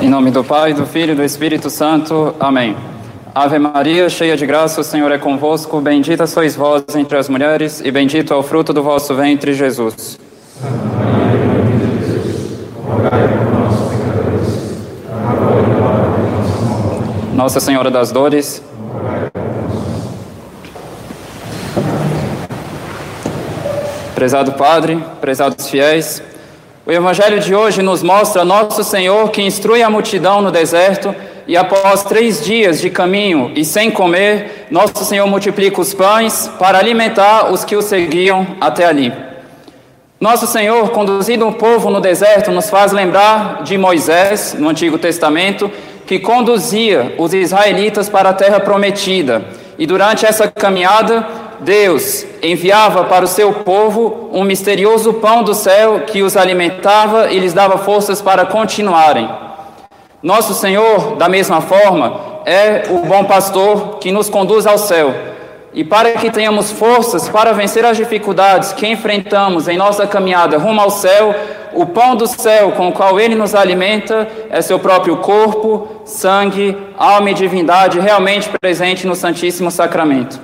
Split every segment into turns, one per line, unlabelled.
Em nome do Pai, do Filho e do Espírito Santo. Amém. Ave Maria, cheia de graça, o Senhor é convosco. Bendita sois vós entre as mulheres, e bendito é o fruto do vosso ventre, Jesus.
Santa Maria, Mãe de Jesus, rogai por nós, pecadores, agora e na hora de nossa morte.
Nossa Senhora das Dores,
rogai por nós.
Prezado Padre, prezados fiéis, o Evangelho de hoje nos mostra Nosso Senhor que instrui a multidão no deserto e após 3 dias de caminho e sem comer, Nosso Senhor multiplica os pães para alimentar os que o seguiam até ali. Nosso Senhor, conduzindo o povo no deserto, nos faz lembrar de Moisés, no Antigo Testamento, que conduzia os israelitas para a terra prometida. E durante essa caminhada, Deus enviava para o seu povo um misterioso pão do céu que os alimentava e lhes dava forças para continuarem. Nosso Senhor, da mesma forma, é o bom pastor que nos conduz ao céu. E para que tenhamos forças para vencer as dificuldades que enfrentamos em nossa caminhada rumo ao céu, o pão do céu com o qual Ele nos alimenta é seu próprio corpo, sangue, alma e divindade realmente presente no Santíssimo Sacramento.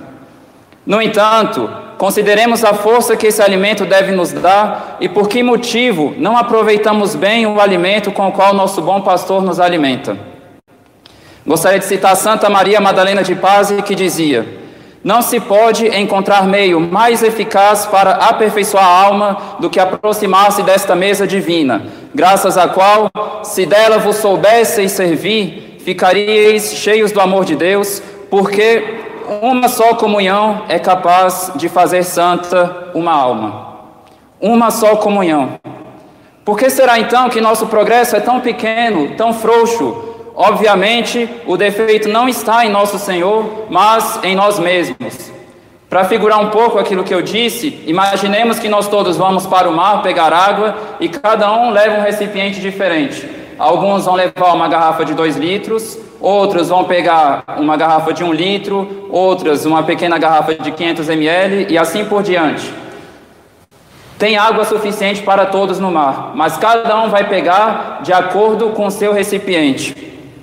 No entanto, consideremos a força que esse alimento deve nos dar e por que motivo não aproveitamos bem o alimento com o qual nosso bom pastor nos alimenta. Gostaria de citar Santa Maria Madalena de Paz, que dizia: não se pode encontrar meio mais eficaz para aperfeiçoar a alma do que aproximar-se desta mesa divina, graças à qual, se dela vos soubesseis servir, ficaríeis cheios do amor de Deus, porque uma só comunhão é capaz de fazer santa uma alma. Uma só comunhão. Por que será então que nosso progresso é tão pequeno, tão frouxo? Obviamente, o defeito não está em nosso Senhor, mas em nós mesmos. Para figurar um pouco aquilo que eu disse, imaginemos que nós todos vamos para o mar pegar água e cada um leva um recipiente diferente. Alguns vão levar uma garrafa de 2 litros, outros vão pegar uma garrafa de 1 litro, outras uma pequena garrafa de 500 ml e assim por diante. Tem água suficiente para todos no mar, mas cada um vai pegar de acordo com o seu recipiente.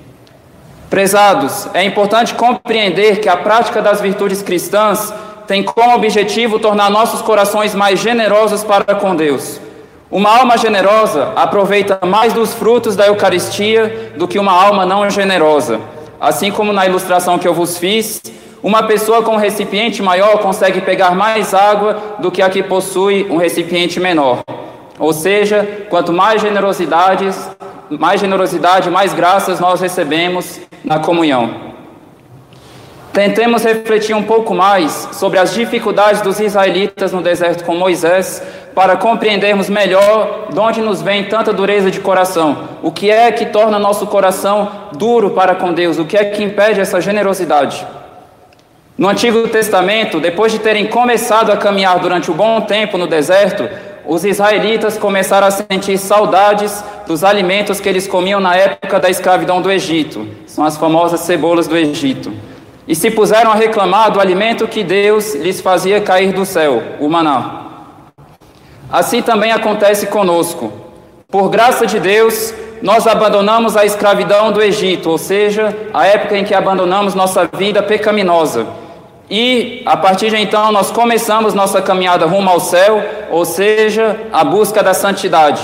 Prezados, é importante compreender que a prática das virtudes cristãs tem como objetivo tornar nossos corações mais generosos para com Deus. Uma alma generosa aproveita mais dos frutos da Eucaristia do que uma alma não generosa. Assim como na ilustração que eu vos fiz, uma pessoa com um recipiente maior consegue pegar mais água do que a que possui um recipiente menor. Ou seja, quanto mais generosidade, mais graças nós recebemos na comunhão. Tentemos refletir um pouco mais sobre as dificuldades dos israelitas no deserto com Moisés, para compreendermos melhor de onde nos vem tanta dureza de coração. O que é que torna nosso coração duro para com Deus? O que é que impede essa generosidade? No Antigo Testamento, depois de terem começado a caminhar durante um bom tempo no deserto, os israelitas começaram a sentir saudades dos alimentos que eles comiam na época da escravidão do Egito. São as famosas cebolas do Egito. E se puseram a reclamar do alimento que Deus lhes fazia cair do céu, o maná. Assim também acontece conosco. Por graça de Deus, nós abandonamos a escravidão do Egito, ou seja, a época em que abandonamos nossa vida pecaminosa. E, a partir de então, nós começamos nossa caminhada rumo ao céu, ou seja, a busca da santidade.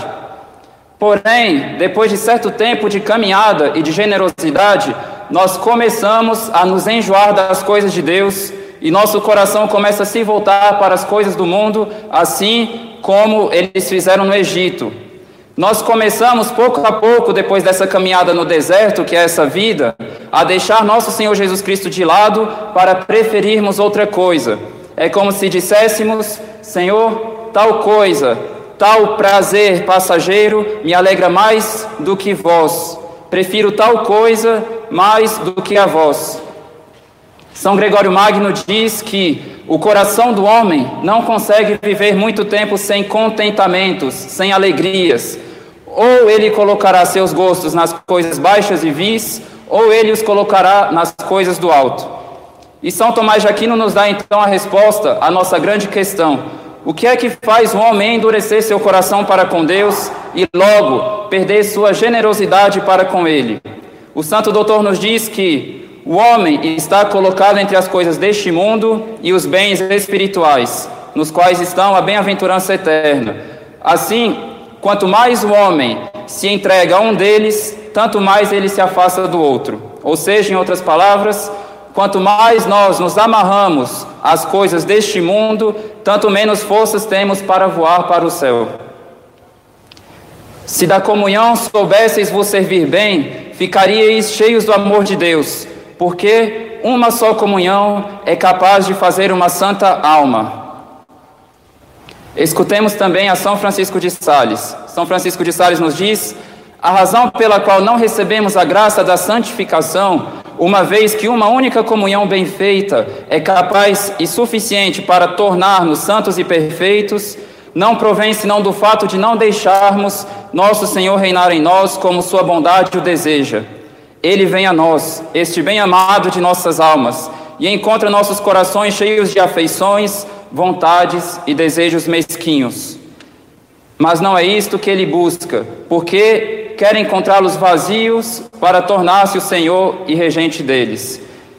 Porém, depois de certo tempo de caminhada e de generosidade, nós começamos a nos enjoar das coisas de Deus e nosso coração começa a se voltar para as coisas do mundo, assim como eles fizeram no Egito. Nós começamos pouco a pouco, depois dessa caminhada no deserto, que é essa vida, a deixar nosso Senhor Jesus Cristo de lado para preferirmos outra coisa. É como se disséssemos: Senhor, tal coisa, tal prazer passageiro me alegra mais do que vós. Prefiro tal coisa mais do que a vós. São Gregório Magno diz que o coração do homem não consegue viver muito tempo sem contentamentos, sem alegrias. Ou ele colocará seus gostos nas coisas baixas e vis, ou ele os colocará nas coisas do alto. E São Tomás de Aquino nos dá então a resposta à nossa grande questão: O que é que faz o homem endurecer seu coração para com Deus e logo perder sua generosidade para com Ele? O Santo Doutor nos diz que o homem está colocado entre as coisas deste mundo e os bens espirituais, nos quais estão a bem-aventurança eterna. Assim, quanto mais o homem se entrega a um deles, tanto mais ele se afasta do outro. Ou seja, em outras palavras, quanto mais nós nos amarramos às coisas deste mundo, tanto menos forças temos para voar para o céu. Se da comunhão soubesseis vos servir bem, ficaríeis cheios do amor de Deus, porque uma só comunhão é capaz de fazer uma santa alma. Escutemos também a São Francisco de Sales. São Francisco de Sales nos diz: a razão pela qual não recebemos a graça da santificação, uma vez que uma única comunhão bem feita é capaz e suficiente para tornar-nos santos e perfeitos, não provém senão do fato de não deixarmos nosso Senhor reinar em nós como sua bondade o deseja. Ele vem a nós, este bem-amado de nossas almas, e encontra nossos corações cheios de afeições, vontades e desejos mesquinhos. Mas não é isto que ele busca, porque quer encontrá-los vazios para tornar-se o Senhor e regente deles.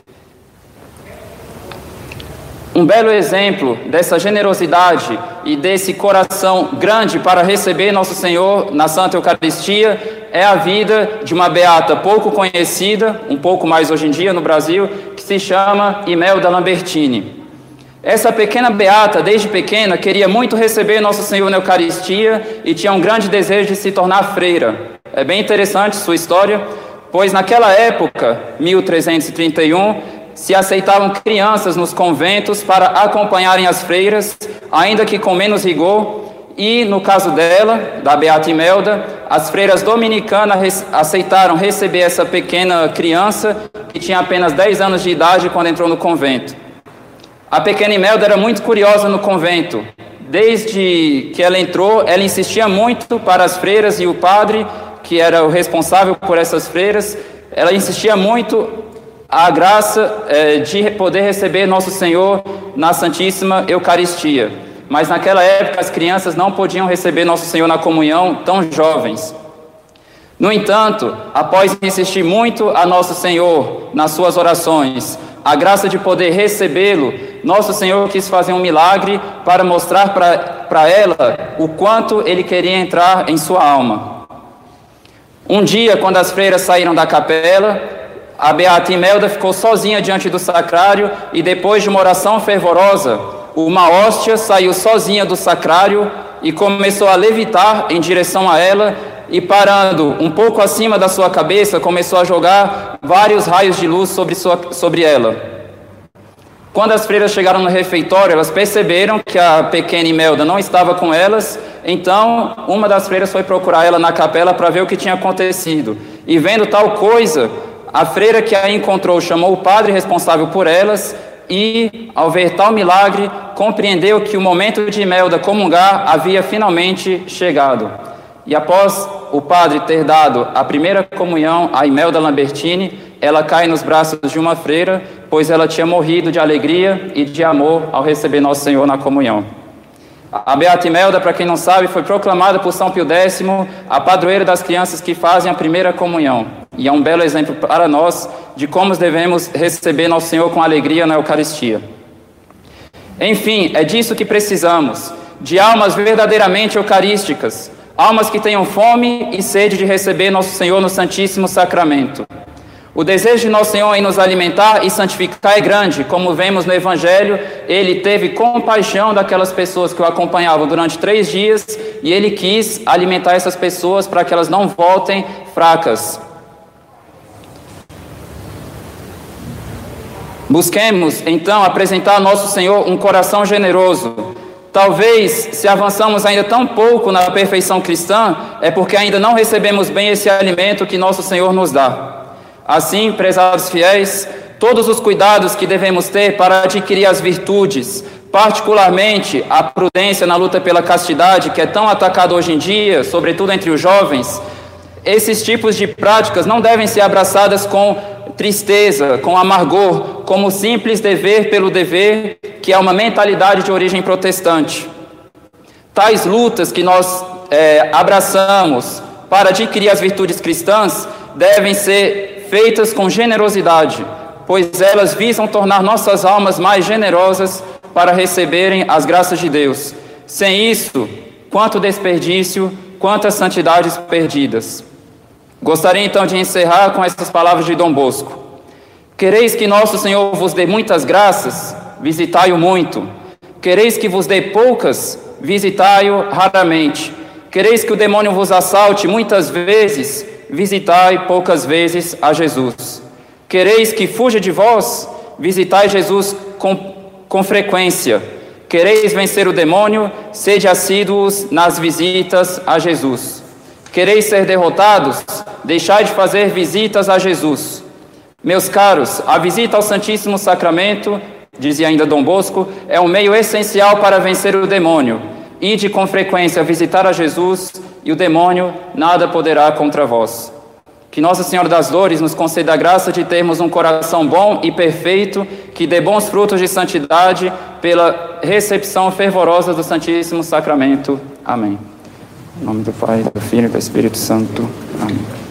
Um belo exemplo dessa generosidade e desse coração grande para receber nosso Senhor na Santa Eucaristia é a vida de uma beata pouco conhecida, um pouco mais hoje em dia no Brasil, que se chama Imelda Lambertini. Essa pequena beata, desde pequena, queria muito receber nosso Senhor na Eucaristia e tinha um grande desejo de se tornar freira. É bem interessante sua história, pois naquela época, 1331, se aceitavam crianças nos conventos para acompanharem as freiras, ainda que com menos rigor, e no caso dela, da beata Imelda, as freiras dominicanas aceitaram receber essa pequena criança, que tinha apenas 10 anos de idade quando entrou no convento. A pequena Imelda era muito curiosa no convento. Desde que ela entrou, ela insistia muito para as freiras e o padre, que era o responsável por essas freiras, ela insistia muito a graça de poder receber nosso Senhor na Santíssima Eucaristia. Mas naquela época as crianças não podiam receber nosso Senhor na comunhão tão jovens. No entanto, após insistir muito a nosso Senhor nas suas orações, a graça de poder recebê-lo, nosso Senhor quis fazer um milagre para mostrar para ela o quanto Ele queria entrar em sua alma. Um dia, quando as freiras saíram da capela, a beata Imelda ficou sozinha diante do sacrário e depois de uma oração fervorosa, uma hóstia saiu sozinha do sacrário e começou a levitar em direção a ela e parando um pouco acima da sua cabeça, começou a jogar vários raios de luz sobre ela. Quando as freiras chegaram no refeitório, elas perceberam que a pequena Imelda não estava com elas, então uma das freiras foi procurar ela na capela para ver o que tinha acontecido. E vendo tal coisa, a freira que a encontrou chamou o padre responsável por elas e, ao ver tal milagre, compreendeu que o momento de Imelda comungar havia finalmente chegado. E após o padre ter dado a primeira comunhão a Imelda Lambertini, ela cai nos braços de uma freira, pois ela tinha morrido de alegria e de amor ao receber nosso Senhor na comunhão. A beata Imelda, para quem não sabe, foi proclamada por São Pio X a padroeira das crianças que fazem a primeira comunhão. E é um belo exemplo para nós de como devemos receber nosso Senhor com alegria na Eucaristia. Enfim, é disso que precisamos, de almas verdadeiramente eucarísticas, almas que tenham fome e sede de receber nosso Senhor no Santíssimo Sacramento. O desejo de nosso Senhor em nos alimentar e santificar é grande, como vemos no Evangelho. Ele teve compaixão daquelas pessoas que o acompanhavam durante 3 dias e ele quis alimentar essas pessoas para que elas não voltem fracas. Busquemos, então, apresentar ao nosso Senhor um coração generoso. Talvez, se avançamos ainda tão pouco na perfeição cristã, é porque ainda não recebemos bem esse alimento que nosso Senhor nos dá. Assim, prezados fiéis, todos os cuidados que devemos ter para adquirir as virtudes, particularmente a prudência na luta pela castidade, que é tão atacada hoje em dia, sobretudo entre os jovens, esses tipos de práticas não devem ser abraçadas com tristeza, com amargor, como simples dever pelo dever, que é uma mentalidade de origem protestante. Tais lutas que nós abraçamos para adquirir as virtudes cristãs devem ser feitas com generosidade, pois elas visam tornar nossas almas mais generosas para receberem as graças de Deus. Sem isso, quanto desperdício, quantas santidades perdidas. Gostaria então de encerrar com essas palavras de Dom Bosco. Quereis que nosso Senhor vos dê muitas graças? Visitai-o muito. Quereis que vos dê poucas? Visitai-o raramente. Quereis que o demônio vos assalte muitas vezes? Visitai poucas vezes a Jesus. Quereis que fuja de vós? Visitai Jesus com frequência. Quereis vencer o demônio? Sede assíduos nas visitas a Jesus. Quereis ser derrotados? Deixai de fazer visitas a Jesus. Meus caros, a visita ao Santíssimo Sacramento, dizia ainda Dom Bosco, é um meio essencial para vencer o demônio. Ide com frequência visitar a Jesus e o demônio nada poderá contra vós. Que Nossa Senhora das Dores nos conceda a graça de termos um coração bom e perfeito, que dê bons frutos de santidade pela recepção fervorosa do Santíssimo Sacramento. Amém. Em nome do Pai, do Filho e do Espírito Santo. Amém.